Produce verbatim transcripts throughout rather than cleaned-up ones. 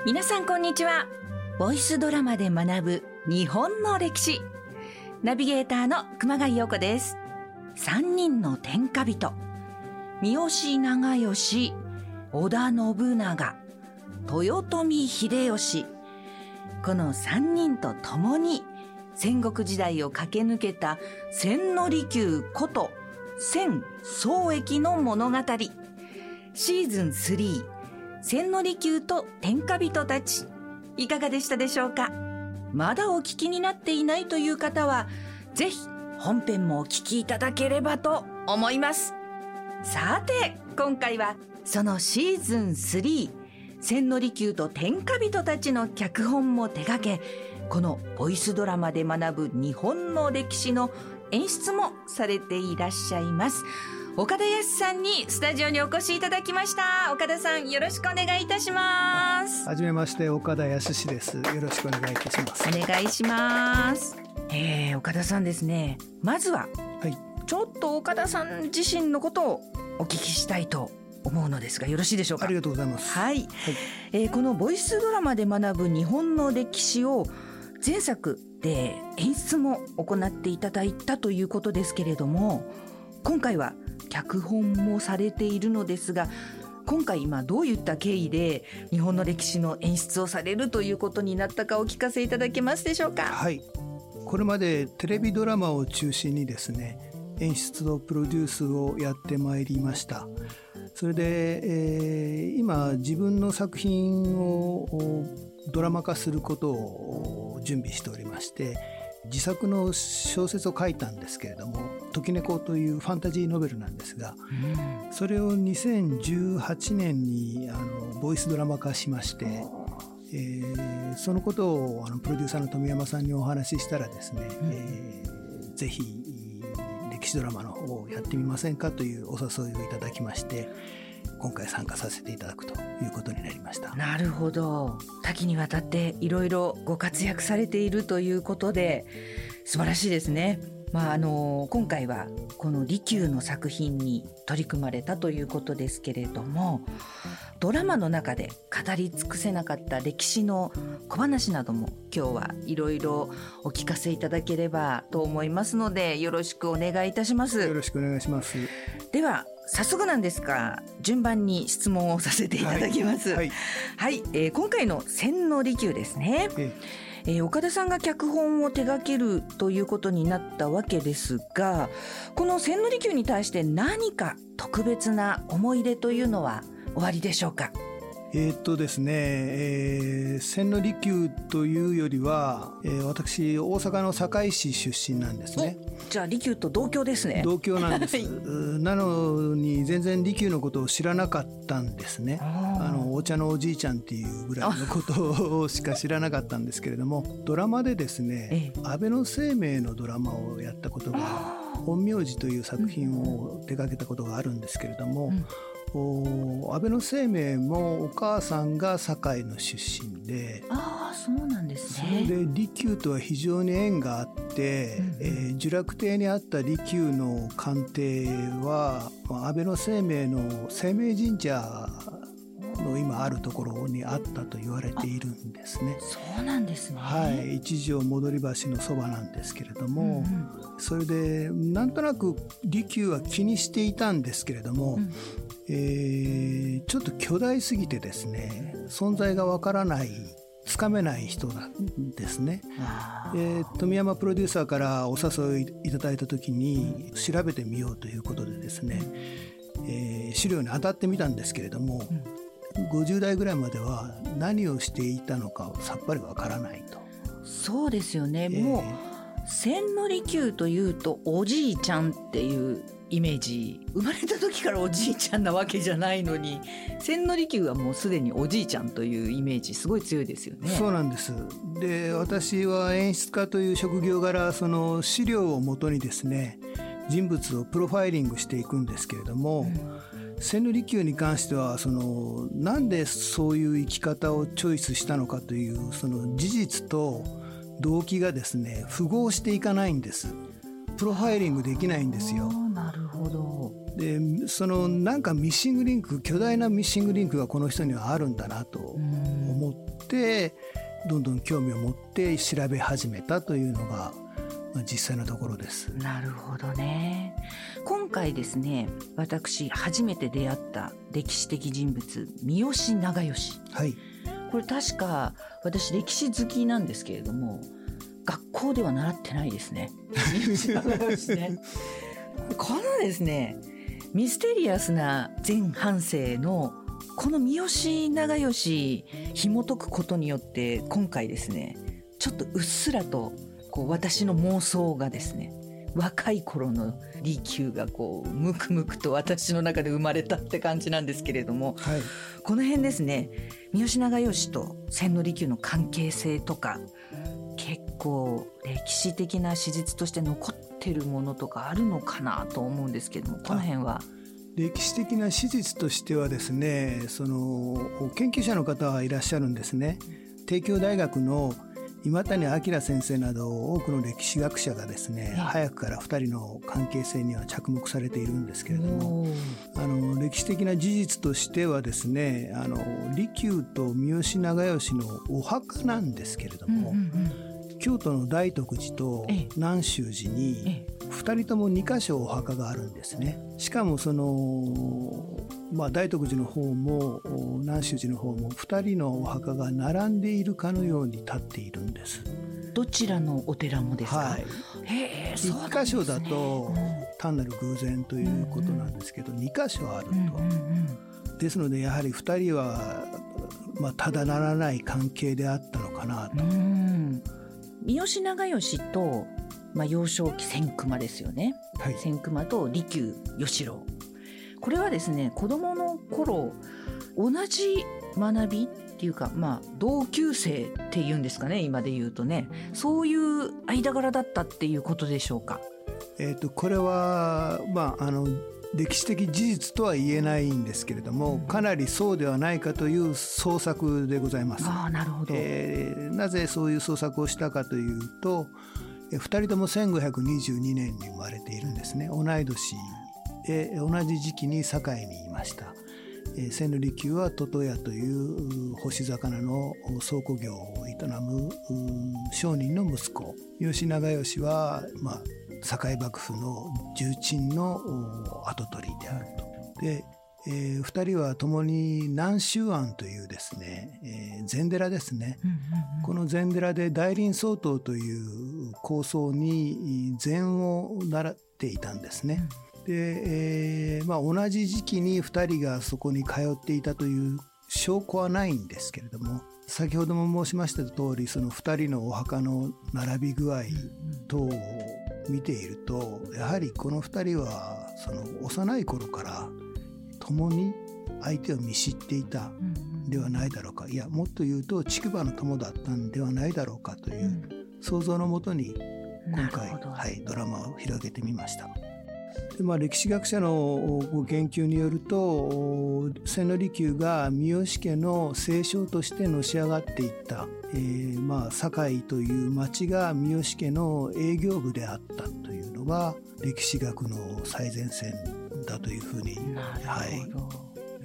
皆さんこんにちは。ボイスドラマで学ぶ日本の歴史、ナビゲーターの熊谷陽子です。三人の天下人、三好長慶、織田信長、豊臣秀吉、この三人と共に戦国時代を駆け抜けた千利休こと千宗益の物語、シーズンスリー、千利休と天下人たち、いかがでしたでしょうか。まだお聞きになっていないという方はぜひ本編もお聞きいただければと思います。さて今回はそのシーズンスリー、千利休と天下人たちの脚本も手掛け、このボイスドラマで学ぶ日本の歴史の演出もされていらっしゃいます岡田康さんにスタジオにお越しいただきました。岡田さん、よろしくお願いいたします。 はじめまして、岡田康です。よろしくお願いいたします。 お願いします。えー、岡田さんですね、まずは、はい、ちょっと岡田さん自身のことをお聞きしたいと思うのですが、よろしいでしょうか。 ありがとうございます。 はい、はい。えー、このボイスドラマで学ぶ日本の歴史を前作で演出も行っていただいたということですけれども、今回は脚本もされているのですが、今回今どういった経緯で日本の歴史の演出をされるということになったかお聞かせいただけますでしょうか。 はい、これまでテレビドラマを中心にですね、演出とプロデュースをやってまいりました。それで、えー、今自分の作品をドラマ化することを準備しておりまして、自作の小説を書いたんですけれども、時猫というファンタジーノベルなんですが、うん、それをにせんじゅうはちねんにあのボイスドラマ化しまして、えー、そのことをあのプロデューサーの富山さんにお話ししたらですね、うん、えー、ぜひ歴史ドラマの方をやってみませんかというお誘いをいただきまして、今回参加させていただくということになりました。 なるほど。多岐にわたっていろいろご活躍されているということで素晴らしいですね。まあ、あの今回はこの利休の作品に取り組まれたということですけれども、ドラマの中で語り尽くせなかった歴史の小話なども今日はいろいろお聞かせいただければと思いますので、よろしくお願いいたします。 よろしくお願いします。 では早速なんですが、順番に質問をさせていただきます。はい、はいはい。えー、今回の千利休ですね、えええー、岡田さんが脚本を手掛けるということになったわけですが、この千利休に対して何か特別な思い出というのはおありでしょうか。 えーっとですね、えー、千利休というよりは、えー、私大阪の堺市出身なんですね。 じゃあ利休と同郷ですね。 同郷なんです、はい、なのに全然利休のことを知らなかったんですね。あのお茶のおじいちゃんっていうぐらいのことしか知らなかったんですけれども、ドラマでですね、安倍晴明のドラマをやったことが、陰陽師という作品を手掛けたことがあるんですけれども、うん、安倍晴明もお母さんが堺の出身で、 ああそうなんですね。 それで利休とは非常に縁があって、うんえー、聚楽亭にあった利休の官邸は安倍晴明の晴明神社の今あるところにあったと言われているんですね。 そうなんですね。 はい、一条戻り橋のそばなんですけれども、うんうん、それでなんとなく利休は気にしていたんですけれども、うんえー、ちょっと巨大すぎてですね、存在がわからない、つかめない人なんですね。で、富山プロデューサーからお誘いいただいた時に調べてみようということでですね、えー、資料に当たってみたんですけれども、うん、ごじゅう代ぐらいまでは何をしていたのかさっぱりわからないと。 そうですよね、えー、もう千利休というとおじいちゃんっていうイメージ、生まれた時からおじいちゃんなわけじゃないのに、千利休はもうすでにおじいちゃんというイメージすごい強いですよね。 そうなんです。で、私は演出家という職業柄、その資料をもとにですね、人物をプロファイリングしていくんですけれども、うん、千利休に関してはそのなんでそういう生き方をチョイスしたのかというその事実と動機がですね、符合していかないんです。プロファイリングできないんですよ。 なるほど。 で、そのなんかミッシングリンク、巨大なミッシングリンクがこの人にはあるんだなと思ってどんどん興味を持って調べ始めたというのが、まあ、実際のところです。 なるほどね。今回ですね、私初めて出会った歴史的人物、三好長慶、 はい、 これ確か私歴史好きなんですけれども学校では習ってないですね。三好長慶ねこのですねミステリアスな前半生のこの三好長慶紐解くことによって今回ですねちょっとうっすらとこう私の妄想がですね若い頃の利休がこうムクムクと私の中で生まれたって感じなんですけれども、はい、この辺ですね三好長慶と千利休の関係性とか結構歴史的な史実として残ってるものとかあるのかなと思うんですけども、この辺は歴史的な史実としてはですね、その研究者の方はいらっしゃるんですね。帝京大学の今谷明先生など多くの歴史学者がですね、早くからふたりの関係性には着目されているんですけれども、あの歴史的な事実としてはですね、あの利休と三好長慶のお墓なんですけれども、うんうんうん、京都の大徳寺と南宗寺にふたりともにか所お墓があるんですね。しかもその、まあ、大徳寺の方も南宗寺の方もふたりのお墓が並んでいるかのように立っているんです。 どちらのお寺もですか？はい、 へー、そうなんですね。いっかしょだと単なる偶然ということなんですけど、うんうん、にかしょあると、うんうんうん、ですのでやはりふたりは、まあ、ただならない関係であったのかなと。うん、 三好長慶と、まあ、幼少期千曲ですよね、はい、千曲と利休義郎、これはですね子供の頃同じ学びっていうか、まあ、同級生っていうんですかね、今で言うとね、そういう間柄だったっていうことでしょうか？ えーと、これは、まあ、あの歴史的事実とは言えないんですけれども、うん、かなりそうではないかという創作でございます。 あ、なるほど。 えー、なぜそういう創作をしたかというと、ふたりともせんごひゃくにじゅうにねんに生まれているんですね。同い年で同じ時期に堺にいました。千利休は鳥戸屋という干し魚の倉庫業を営む商人の息子、三好長慶は、まあ、堺幕府の重鎮の跡取りであると。で、えー、ふたりはともに南宗庵というですね、えー、禅寺ですね、うんうんうん、この禅寺で大林僧統という高僧に禅を習っていたんですね。うん、で、えーまあ、同じ時期にふたりがそこに通っていたという証拠はないんですけれども、先ほども申しました通り、そのふたりのお墓の並び具合等を見ていると、やはりこのふたりはその幼い頃から共に相手を見知っていたではないだろうか、いやもっと言うと竹馬の友だったんではないだろうかという想像のもとに今回、はい、ドラマを広げてみました。で、まあ、歴史学者のご研究によると、千利休が三好家の正将としてのし上がっていった、えーまあ、堺という町が三好家の営業部であったというのが歴史学の最前線だというふうに、はい、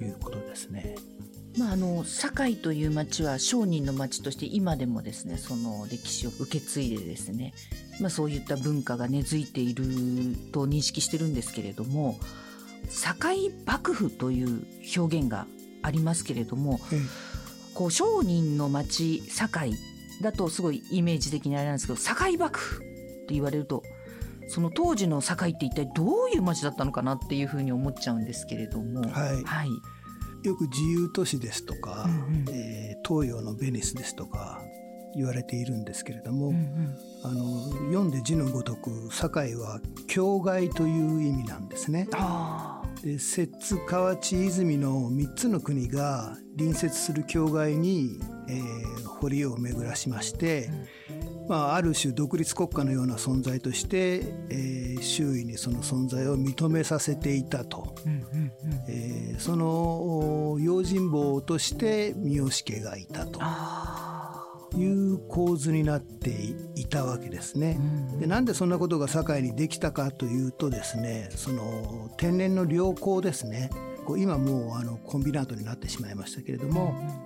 いうことですね。 まあ、あの堺という町は商人の町として今でもですねその歴史を受け継いでですね、まあ、そういった文化が根付いていると認識してるんですけれども、堺幕府という表現がありますけれども、うん、こう商人の町堺だとすごいイメージ的にあれなんですけど、堺幕府って言われるとその当時の堺って一体どういう町だったのかなっていうふうに思っちゃうんですけれども、 はい、はい、よく自由都市ですとか、うんうん、えー、東洋のベニスですとか言われているんですけれども、うんうん、あの読んで字のごとく堺は境外という意味なんですね。あで、摂津河内泉のみっつの国が隣接する境外に、えー、堀を巡らしまして、うん、まあ、ある種独立国家のような存在として、えー、周囲にその存在を認めさせていたと、うんうんうん、えー、その用心棒として三好家がいたという構図になっていたわけですね。で、なんでそんなことが堺にできたかというとですね、その天然の良港ですね、こう今もうあのコンビナートになってしまいましたけれども、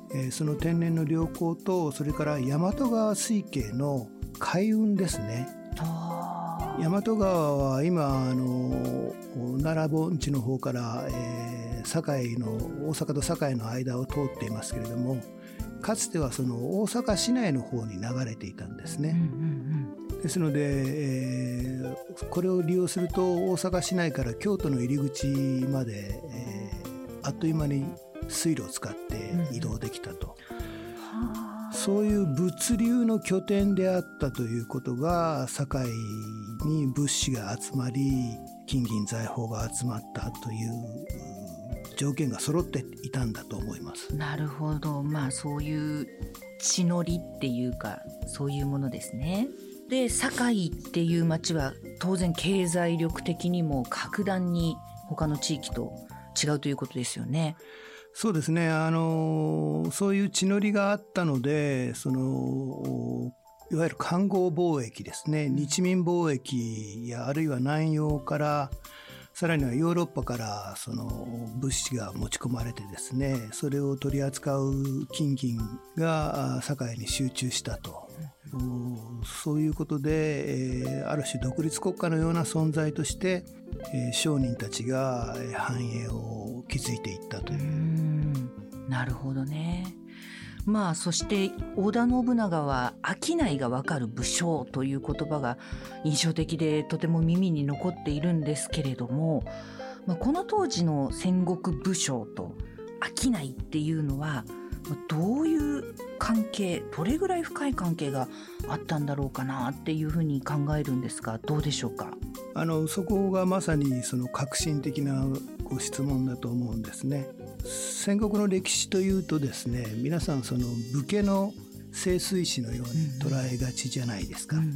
えー、その天然の良港とそれから大和川水系の海運ですね。大和川は今あの奈良盆地の方から、えー、堺の大阪と堺の間を通っていますけれども、かつてはその大阪市内の方に流れていたんですね、うんうんうん、ですので、えー、これを利用すると大阪市内から京都の入り口まで、えー、あっという間に水路を使って移動できたと、うん、そういう物流の拠点であったということが堺に物資が集まり金銀財宝が集まったという条件が揃っていたんだと思います。 なるほど、まあそういう地の利っていうかそういうものですね。で堺っていう町は当然経済力的にも格段に他の地域と違うということですよね。 そうですね、あのそういう地の利があったので、そのいわゆる環合貿易ですね、日民貿易やあるいは南洋からさらにはヨーロッパからその物資が持ち込まれてですね、それを取り扱う金銀が堺に集中したと、そういうことで、えー、ある種独立国家のような存在として、えー、商人たちが繁栄を築いていったという。うーん、なるほどね。まあそして織田信長は商いが分かる武将という言葉が印象的でとても耳に残っているんですけれども、まあ、この当時の戦国武将と商いっていうのはどういう関係、どれぐらい深い関係があったんだろうかなっていうふうに考えるんですが、どうでしょうか。 あのそこがまさにその革新的なご質問だと思うんですね。戦国の歴史というとですね、皆さんその武家の盛衰史のように捉えがちじゃないですか、うんうんうん、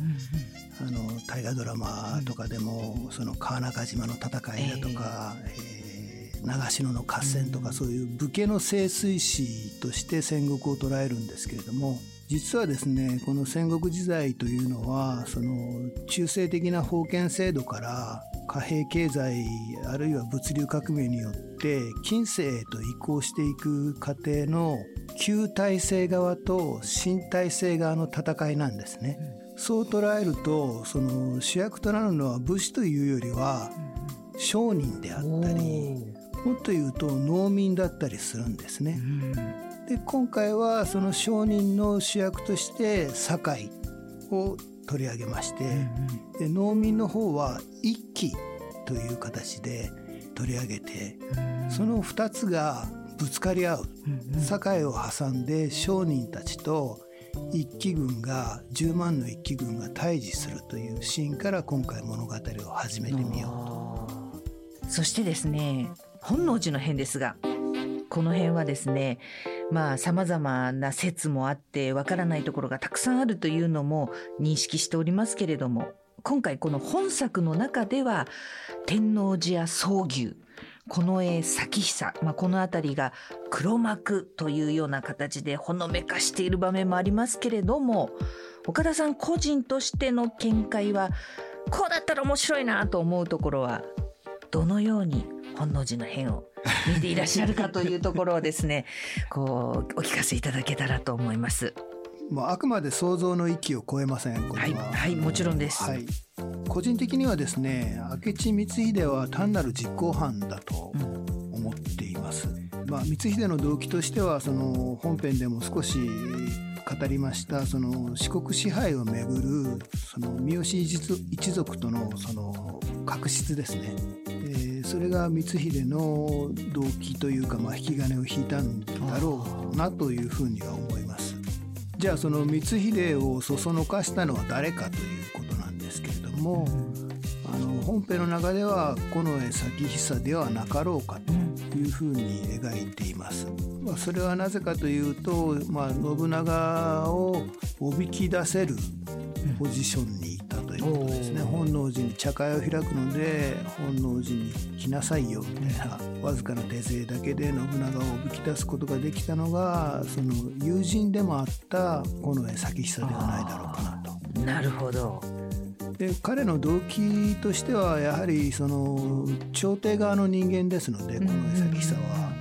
あの大河ドラマとかでもその川中島の戦いだとか、えーえー、長篠の合戦とか、そういう武家の盛衰史として戦国を捉えるんですけれども、実はですね、この戦国時代というのはその中世的な封建制度から貨幣経済あるいは物流革命によって近世へと移行していく過程の旧体制側と新体制側の戦いなんですね、うん、そう捉えるとその主役となるのは武士というよりは商人であったり、もっと言うと農民だったりするんですね、うん、で今回はその商人の主役として堺を取り上げまして、うんうん、で農民の方は一揆という形で取り上げて、うん、そのふたつがぶつかり合う、うんうん、堺を挟んで商人たちと一揆軍がじゅうまんの一揆軍が対峙するというシーンから今回物語を始めてみようと。そしてですね、本能寺の変ですが、この辺はですね、まあ様々な説もあってわからないところがたくさんあるというのも認識しておりますけれども、今回この本作の中では天王寺や宗牛、近衛咲久、まあ、このあたりが黒幕というような形でほのめかしている場面もありますけれども、岡田さん個人としての見解はこうだったら面白いなと思うところはどのように本能寺の変を見ていらっしゃるかというところをですねこうお聞かせいただけたらと思います。 まあ、あくまで想像の域を超えません。これは、 はい、はい、もちろんです、 はい、個人的にはですね、明智光秀は単なる実行犯だと思っています、うん。まあ、光秀の動機としてはその本編でも少し語りましたその四国支配をめぐるその三好一族とのその確執ですね、えー、それが光秀の動機というか、まあ、引き金を引いたんだろうなというふうには思います。じゃあその光秀をそそのかしたのは誰かということなんですけれども、あの本編の中では近衛咲久ではなかろうかというふうに描いています。まあ、それはなぜかというと、まあ、信長をおびき出せるポジションにいたということですね。本能寺に茶会を開くので本能寺に来なさいよみたいなわずかな手勢だけで信長をおびき出すことができたのがその友人でもあった近衛咲久ではないだろうかなと。 なるほど。 で彼の動機としてはやはりその朝廷側の人間ですので、近衛咲久は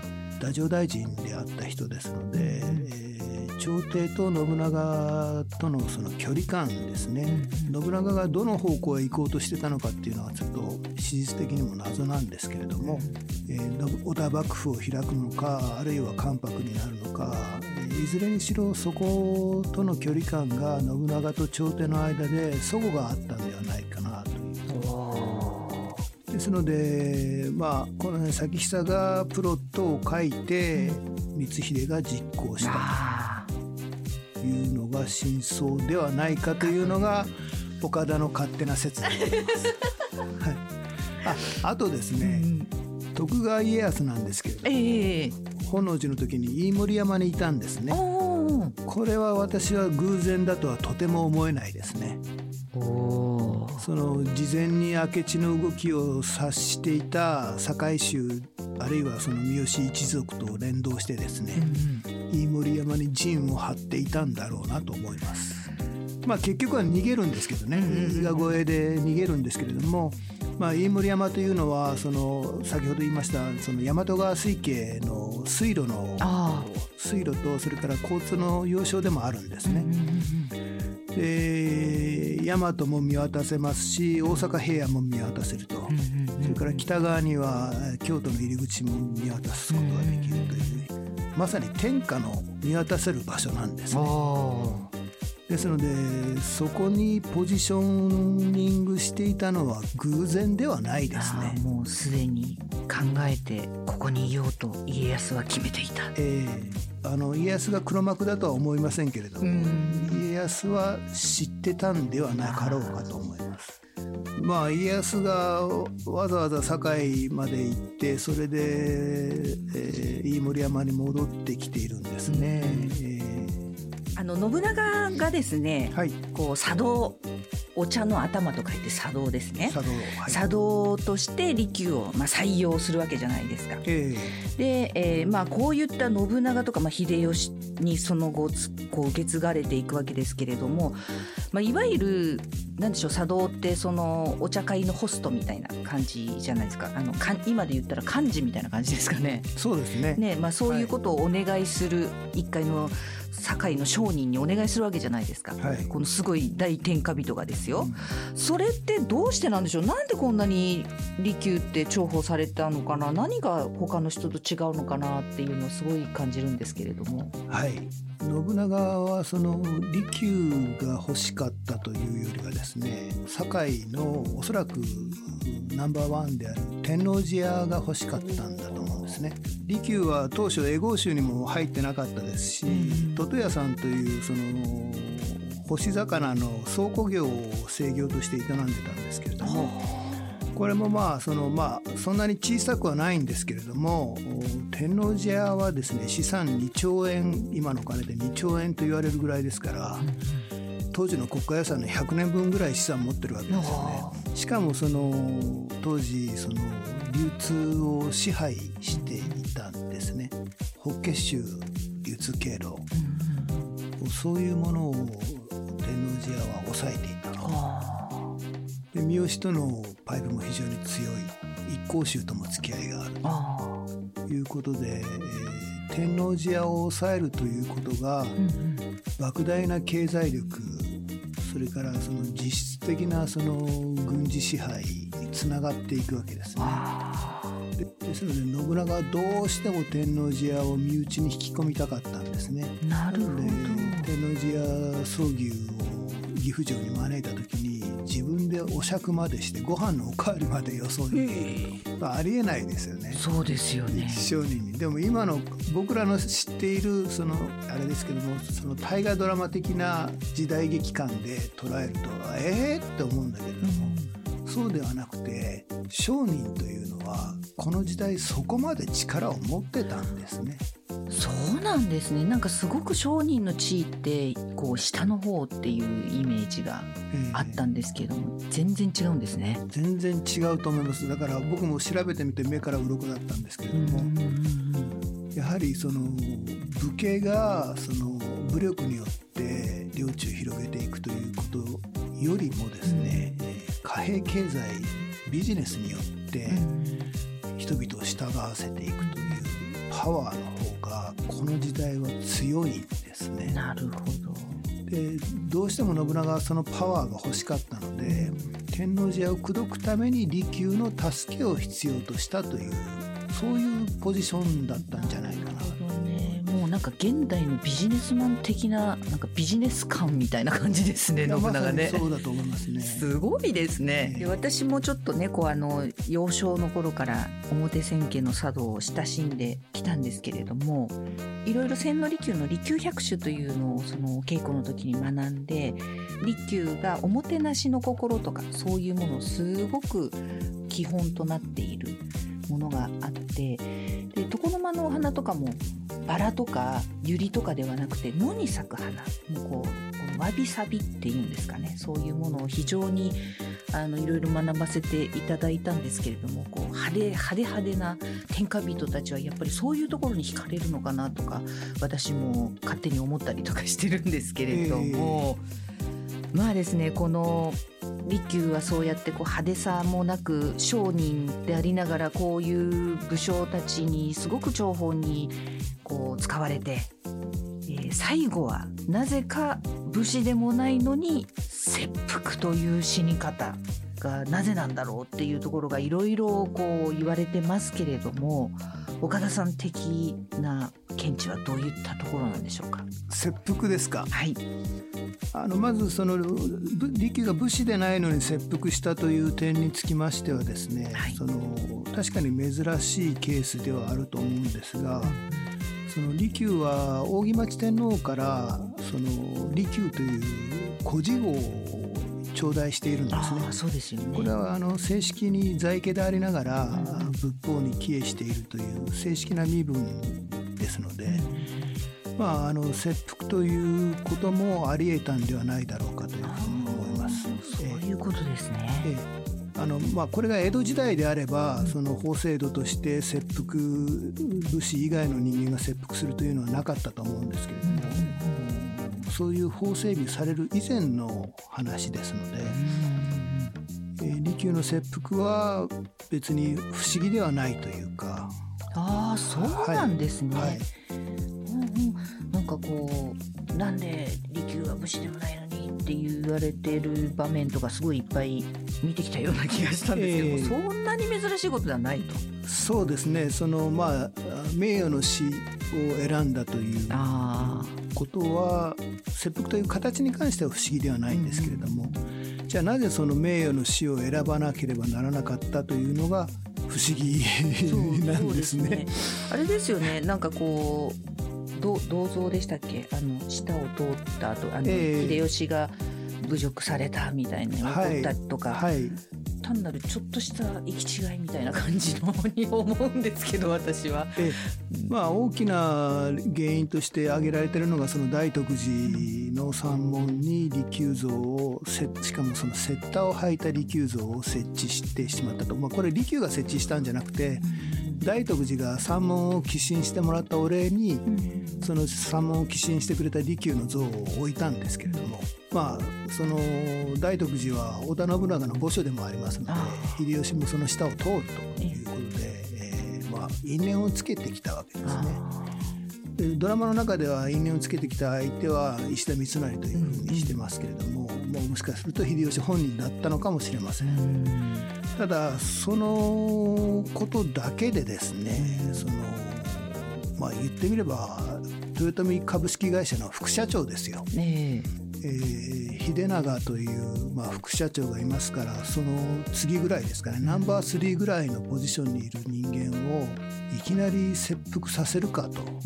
太政大臣であった人ですので、えー朝廷と信長とのその距離感ですね、信長がどの方向へ行こうとしてたのかっていうのはちょっと史実的にも謎なんですけれども、えー、織田幕府を開くのかあるいは関白になるのか、いずれにしろそことの距離感が信長と朝廷の間で齟齬があったんではないかなという。ですので、まあ、この咲久がプロットを書いて光秀が実行したというのが真相ではないかというのが岡田の勝手な説でございます。はい、あ, あとですね、うん、徳川家康なんですけれども、えー、本能寺の時に飯盛山にいたんですね。これは私は偶然だとはとても思えないですね。おその事前に明智の動きを察していた堺衆あるいはその三好一族と連動してですね、うん、飯盛山に陣を張っていたんだろうなと思います。まあ結局は逃げるんですけどね、伊賀越えで逃げるんですけれども、まあ、飯盛山というのはその先ほど言いましたその大和川水系の水路の水路とそれから交通の要衝でもあるんですね。で大和も見渡せますし大阪平野も見渡せると、それから北側には京都の入り口も見渡すことができるという、まさに天下の見渡せる場所なんですね。ですのでそこにポジショニングしていたのは偶然ではないですね。 もうすでに考えてここにいようと家康は決めていた。 えー、あの家康が黒幕だとは思いませんけれども、家康は知ってたんではなかろうかと思います。まあ家康がわざわざ堺まで行ってそれで、えー、飯盛山に戻ってきているんですね。えーあの信長がですね、はい、こう茶道お茶の頭と書いて茶道ですね。茶道、はい、茶道として利休をまあ採用するわけじゃないですか。えー、で、えーまあ、こういった信長とか、まあ、秀吉にその後こう受け継がれていくわけですけれども、まあ、いわゆるなんでしょう茶道ってそのお茶会のホストみたいな感じじゃないですか。あのか今で言ったら幹事みたいな感じですかね。 そうですね。 ね、まあ、そういうことをお願いする、はい、一回の堺の商人にお願いするわけじゃないですか、はい、このすごい大天下人がですよ、うん、それってどうしてなんでしょう。なんでこんなに利休って重宝されたのかな、何が他の人と違うのかなっていうのをすごい感じるんですけれども。 はい、信長はその利休が欲しかったというよりはですね、堺のおそらくナンバーワンである天王寺屋が欲しかったんだと思うんですね。利休は当初会合衆にも入ってなかったですし、ととやさんというその干し魚の倉庫業を制業として営んでたんですけれども、これもまあそのまあそんなに小さくはないんですけれども、天王寺屋はですね資産にちょうえん、今の金でにちょうえんと言われるぐらいですから、当時の国家予算のひゃくねんぶんぐらい資産持ってるわけですよね。しかもその当時その流通を支配していたんですね。法華宗流通経路、うん、そういうものを天王寺屋は抑えていた。で三好とのパイプも非常に強い、一向宗とも付き合いがあるということで、えー、天王寺屋を抑えるということが、うんうん、莫大な経済力、それからその実質的なその軍事支配につながっていくわけですね。でですので信長はどうしても天王寺屋を身内に引き込みたかったんですね。 なるほど。で天王寺屋葬儀を岐阜城に招いた時に自分でお酌までしてご飯のおかわりまでよそいでいると、ありえないですよね。 そうですよね。 商人に。でも今の僕らの知っているそのあれですけども、その大河ドラマ的な時代劇感で捉えるとえーって思うんだけれども、うん、そうではなくて商人というのはこの時代そこまで力を持ってたんですね。 そうなんですね。なんかすごく商人の地位ってこう下の方っていうイメージがあったんですけれども、えー、全然違うんですね。 全然違うと思います。だから僕も調べてみて目から鱗だったんですけれども、やはりその武家がその武力によって領地を広げていくということよりもですね、うん、貨幣経済ビジネスによって人々を従わせていくというパワーの方がこの時代は強いんですね。 なるほど。 でどうしても信長はそのパワーが欲しかったので、天王寺を口説くために利休の助けを必要としたという、そういうポジションだったんじゃないかな。 もうなんか現代のビジネスマン的な、なんかビジネス感みたいな感じですね、信長ね。 まさにそうだと思いますね。 すごいですね。で私もちょっとね、こうあの幼少の頃から表千家の茶道を親しんできたんですけれども、いろいろ千利休の利休百種というのをその稽古の時に学んで、利休がおもてなしの心とかそういうものをすごく基本となっているものがあって、で床の間のお花とかもバラとかユリとかではなくて野に咲く花、もうこうこのわびさびっていうんですかね、そういうものを非常にあのいろいろ学ばせていただいたんですけれども、こう派手派手派手な天下人たちはやっぱりそういうところに惹かれるのかなとか、私も勝手に思ったりとかしてるんですけれども、えー、まあですね、この利休はそうやってこう派手さもなく商人でありながら、こういう武将たちにすごく重宝にこう使われて、えー、最後はなぜか武士でもないのに切腹という死に方がなぜなんだろうっていうところがいろいろこう言われてますけれども、岡田さん的な見地はどういったところなんでしょうか。 切腹ですか。 はい。 あのまずその利休が武士でないのに切腹したという点につきましてはですね、はい、その確かに珍しいケースではあると思うんですが、その利休は扇町天皇からその利休という故事号を頂戴しているんですね。 あ、そうですよね。 これはあの正式に在家でありながら仏法に帰依しているという正式な身分ですので、まあ、あの切腹ということもあり得たんではないだろうかというふうに思います。 そういうことですね。 ええあのまあ、これが江戸時代であれば、その法制度として切腹、武士以外の人間が切腹するというのはなかったと思うんですけれども、うん、そういう法整備される以前の話ですので、うん、え利休の切腹は別に不思議ではないというか。 ああ、そうなんですね。はいはい、なんかこう、なんで利休は武士でもないのにって言われてる場面とかすごいいっぱい見てきたような気がしたんですけど、えー、そんなに珍しいことではないと。 そうですね。そのまあ名誉の死を選んだということは、切腹という形に関しては不思議ではないんですけれども、うん、じゃあなぜその名誉の死を選ばなければならなかったというのが不思議なんですね。そうですね。 あれですよね。なんかこう。銅像でしたっけ、あの下を通った後、あの、えー、秀吉が侮辱されたみたいな怒ったりとか、はいはい、単なるちょっとした行き違いみたいな感じのに思うんですけど、私は、 えーまあ、大きな原因として挙げられているのが、その大徳寺の山門に利休像を、しかもその雪駄を履いた利休像を設置してしまったと、まあ、これ利休が設置したんじゃなくて、大徳寺が山門を寄進してもらったお礼に、その山門を寄進してくれた利休の像を置いたんですけれども、まあその大徳寺は織田信長の墓所でもありますので、秀吉もその下を通るということで、えー、まあ因縁をつけてきたわけですね。でドラマの中では因縁をつけてきた相手は石田三成というふうにしてますけれども、もうもしかすると秀吉本人だったのかもしれません。ただそのことだけでですね、そのまあ言ってみれば豊臣株式会社の副社長ですよ。ねえー、秀長という、まあ、副社長がいますから、その次ぐらいですかね、ナンバースリーぐらいのポジションにいる人間をいきなり切腹させるかと、うん、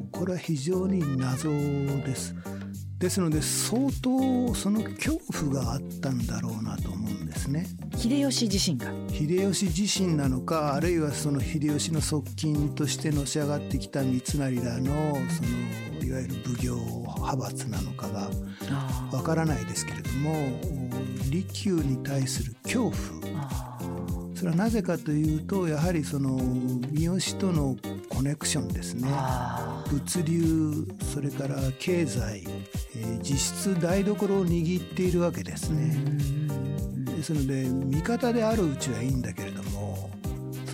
これは非常に謎です。ですので相当その恐怖があったんだろうなと思うんですね。 秀吉自身が秀吉自身なのか、あるいはその秀吉の側近としてのし上がってきた三成らのそのいわゆる奉行派閥なのかがわからないですけれども、利休に対する恐怖、それはなぜかというと、やはりその三好とのコネクションですね。物流、それから経済、えー、実質台所を握っているわけですね。ですので味方であるうちはいいんだけれども、その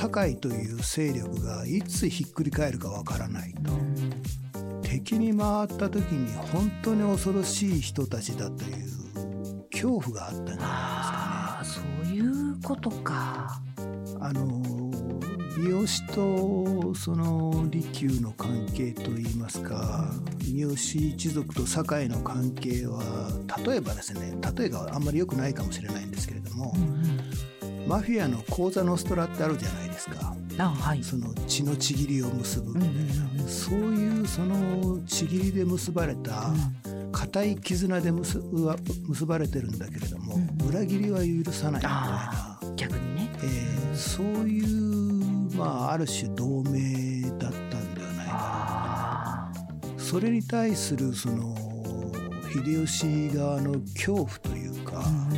堺という勢力がいつひっくり返るかわからないと、うん、敵に回った時に本当に恐ろしい人たちだという恐怖があったんじゃないですかね。 ああ、そういうことか。 あの三好とその利休の関係といいますか、三好一族と堺の関係は、例えばですね、例えがあんまり良くないかもしれないんですけれども、うんうん、マフィアのコーザノストラってあるじゃないですか。 あ、はい、 その血のちぎりを結ぶみたいな、うんうんうん、そういうそのちぎりで結ばれた固い絆で 結, 結ばれてるんだけれども、うん、裏切りは許さないみたいな、 逆にね、 えー、そういうまあ、ある種同盟だったんではないかな。それに対するその秀吉側の恐怖というか、うん、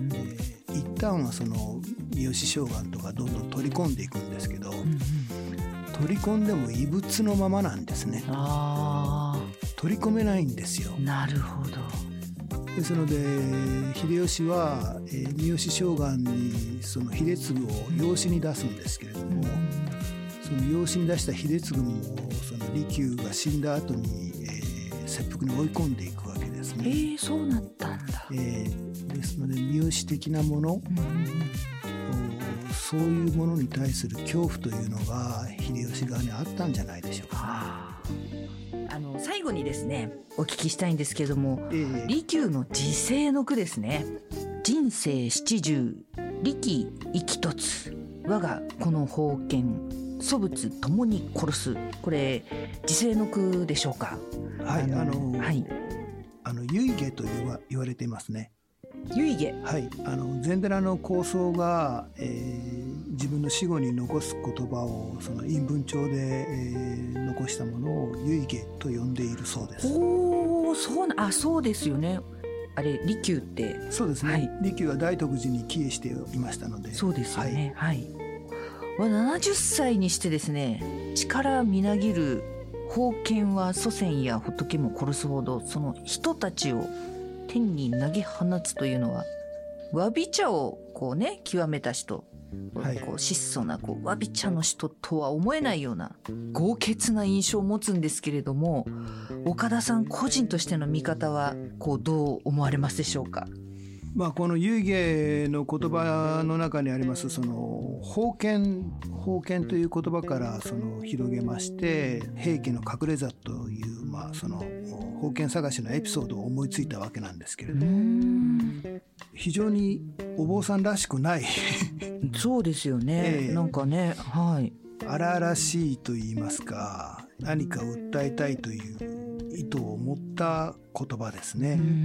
えー、一旦はその三好将軍とかどんどん取り込んでいくんですけど、うん、取り込んでも異物のままなんですね。あ、取り込めないんですよ。 なるほど。 ですので秀吉は、えー、三好将軍にその秀次を養子に出すんですけれども、うん、その養子に出した秀次もその利休が死んだ後に、えー、切腹に追い込んでいくわけですね。 えー、そうなったんだ。 えー、ですので三好的なもの、うん、そういうものに対する恐怖というのが秀吉側にあったんじゃないでしょうかね。 あの最後にですね、お聞きしたいんですけども、えー、利休の時世の句ですね。人生七十、利己生きとつ、我がこの封建、祖仏ともに殺す。これ時世の句でしょうか。 はい、あの、あの、はい、あの遺下と言わ、言われていますね。 遺下、 はい、あの禅寺の高僧が、えー、自分の死後に残す言葉をその陰文帳で、えー、残したものを遺下と呼んでいるそうです。 おー、そうな、あ、そうですよね。あれ利休って、 そうですね、はい、利休は大徳寺に帰依していましたので。 そうですよね、はい、はい、ななじゅっさいにしてですね、力みなぎる封建は祖先や仏も殺すほど、その人たちを天に投げ放つというのは、わび茶をこうね極めた人、はい、こう質素なこうわび茶の人とは思えないような豪傑な印象を持つんですけれども、岡田さん個人としての見方はこうどう思われますでしょうか。 まあ、この遺下の言葉の中にありますその封建封建という言葉からその広げまして、平家の隠れ里という、まあ、その封建探しのエピソードを思いついたわけなんですけれども、非常にお坊さんらしくないそうですよね、えー、なんかね、はい、 荒々しいと言いますか、何か訴えたいという意図を持った言葉ですね。うん、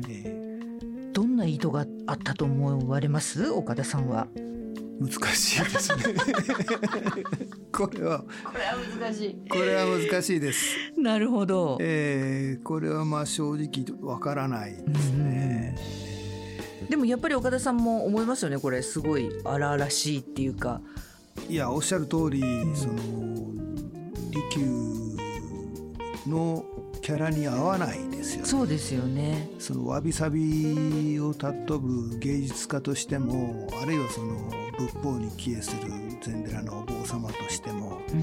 えーえーどんな意図があったと思われます、岡田さんは。 難しいですねこれはこれは難しいこれは難しいです。 なるほど、 えー、これはまあ正直わからないですね、 うん、でもやっぱり岡田さんも思いますよね、これすごい荒々しいっていうか。 いや、おっしゃる通り、うん、その利休のキャラに合わないですよね。 そうですよね。 そのわびさびを尊ぶ芸術家としても、あるいはその仏法に帰依する禅寺のお坊様としても、うん、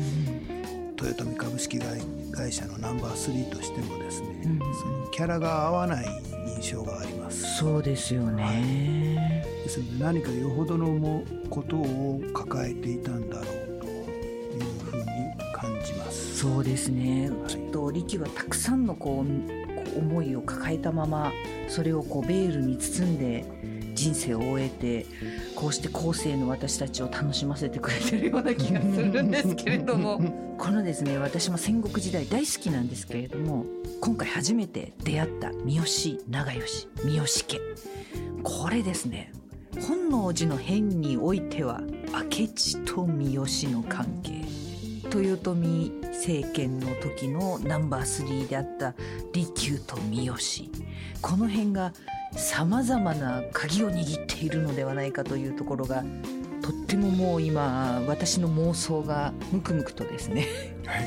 豊臣株式会社のナンバースリーとしてもですね、うん、そのキャラが合わない印象があります。 そうですよね、 はい、ですので何かよほどのもことを抱えていたんだろうというふうに感じます。 そうですね、はい、きっと利休はたくさんのこう思いを抱えたまま、それをこうベールに包んで人生を終えて、こうして後世の私たちを楽しませてくれてるような気がするんですけれどもこのですね、私も戦国時代大好きなんですけれども、今回初めて出会った三好長慶、三好家、これですね、本能寺の変においては明智と三好の関係、豊臣政権の時のナンバースリーであった利休と三好、この辺がさまざまな鍵を握っているのではないかというところが、とってももう今私の妄想がムクムクとですね、はい、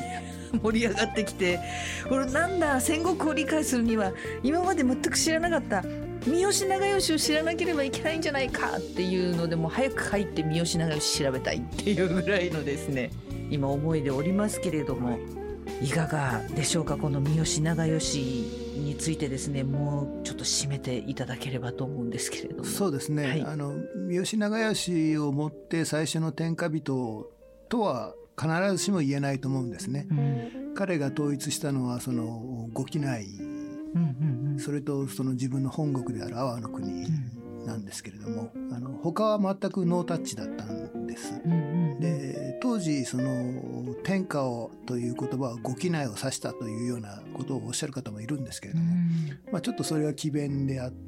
盛り上がってきて、これなんだ、戦国を理解するには今まで全く知らなかった三好長慶を知らなければいけないんじゃないかっていうので、もう早く入って三好長慶調べたいっていうぐらいのですね今思いでおりますけれども、いかがでしょうか。この三好長慶についてですねもうちょっと締めていただければと思うんですけれども。 そうですね、はい、あの三好長慶をもって最初の天下人とは必ずしも言えないと思うんですね、うん、彼が統一したのはその五畿内、うんうんうん、それとその自分の本国である阿波の国なんですけれども、うん、あの他は全くノータッチだったんです、うんうん、で当時その天下をという言葉は五畿内を指したというようなことをおっしゃる方もいるんですけれども、うんまあ、ちょっとそれは詭弁であって、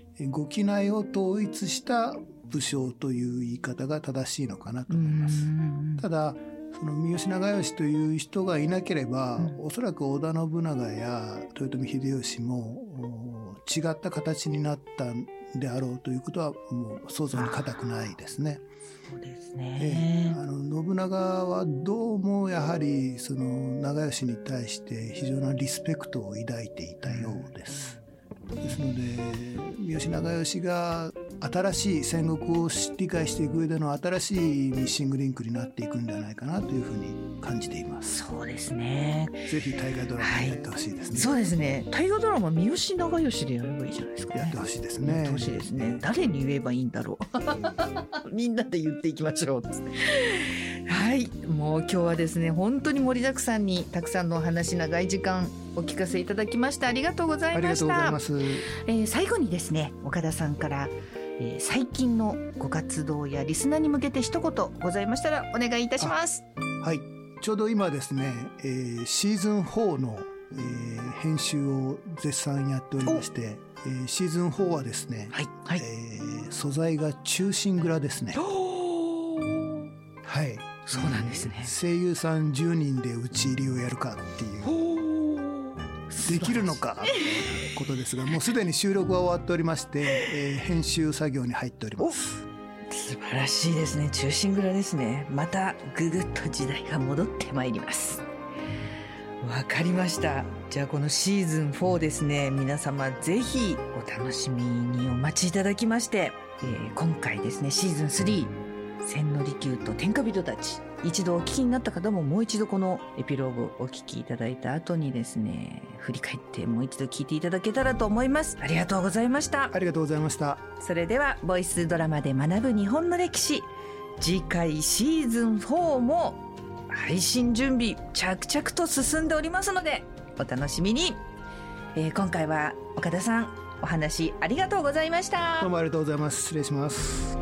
うん、五畿内を統一した武将という言い方が正しいのかなと思います。ただその三好長慶という人がいなければ、うん、おそらく織田信長や豊臣秀吉も違った形になったんであろうということはもう想像に難くないですね。 そうですね、 えー、あの信長はどうもやはりその長慶に対して非常なリスペクトを抱いていたようです。ですので三好長慶が新しい戦国を理解していく上での新しいミッシングリンクになっていくんではないかなというふうに感じています。 そうですね。 ぜひ大河ドラマやってほしいですね、はい、 そうですね。大河ドラマ三好長慶でやればいいじゃないですか、ね、 やってほしいですね。 やってほしいですね。誰に言えばいいんだろうみんなで言っていきましょうはい、もう今日はですね本当に盛りだくさんにたくさんのお話、長い時間お聞かせいただきましてありがとうございました。 ありがとうございます、 えー、最後にですね岡田さんから、えー、最近のご活動やリスナーに向けて一言ございましたらお願いいたします。 はい、ちょうど今ですね、えー、シーズンフォーの、えー、編集を絶賛やっておりまして、えー、シーズンフォーはですね、はいはいえー、素材が忠臣蔵ですね。はい、 そうなんですね。 声優さんじゅうにんで打ち入りをやるかっていうできるのかということですが、もうすでに収録は終わっておりまして、えー、編集作業に入っております。 素晴らしいですね。忠臣蔵ですね。またぐぐっと時代が戻ってまいります。わかりました。じゃあこのシーズンフォーですね、皆様ぜひお楽しみにお待ちいただきまして、えー、今回ですねシーズンスリー千利休と天下人たち、一度お聞きになった方ももう一度このエピローグをお聞きいただいた後にですね振り返ってもう一度聞いていただけたらと思います。ありがとうございました。 ありがとうございました。 それではボイスドラマで学ぶ日本の歴史、次回シーズンフォーも配信準備着々と進んでおりますのでお楽しみに、えー、今回は岡田さんお話ありがとうございました。 どうもありがとうございます。失礼します。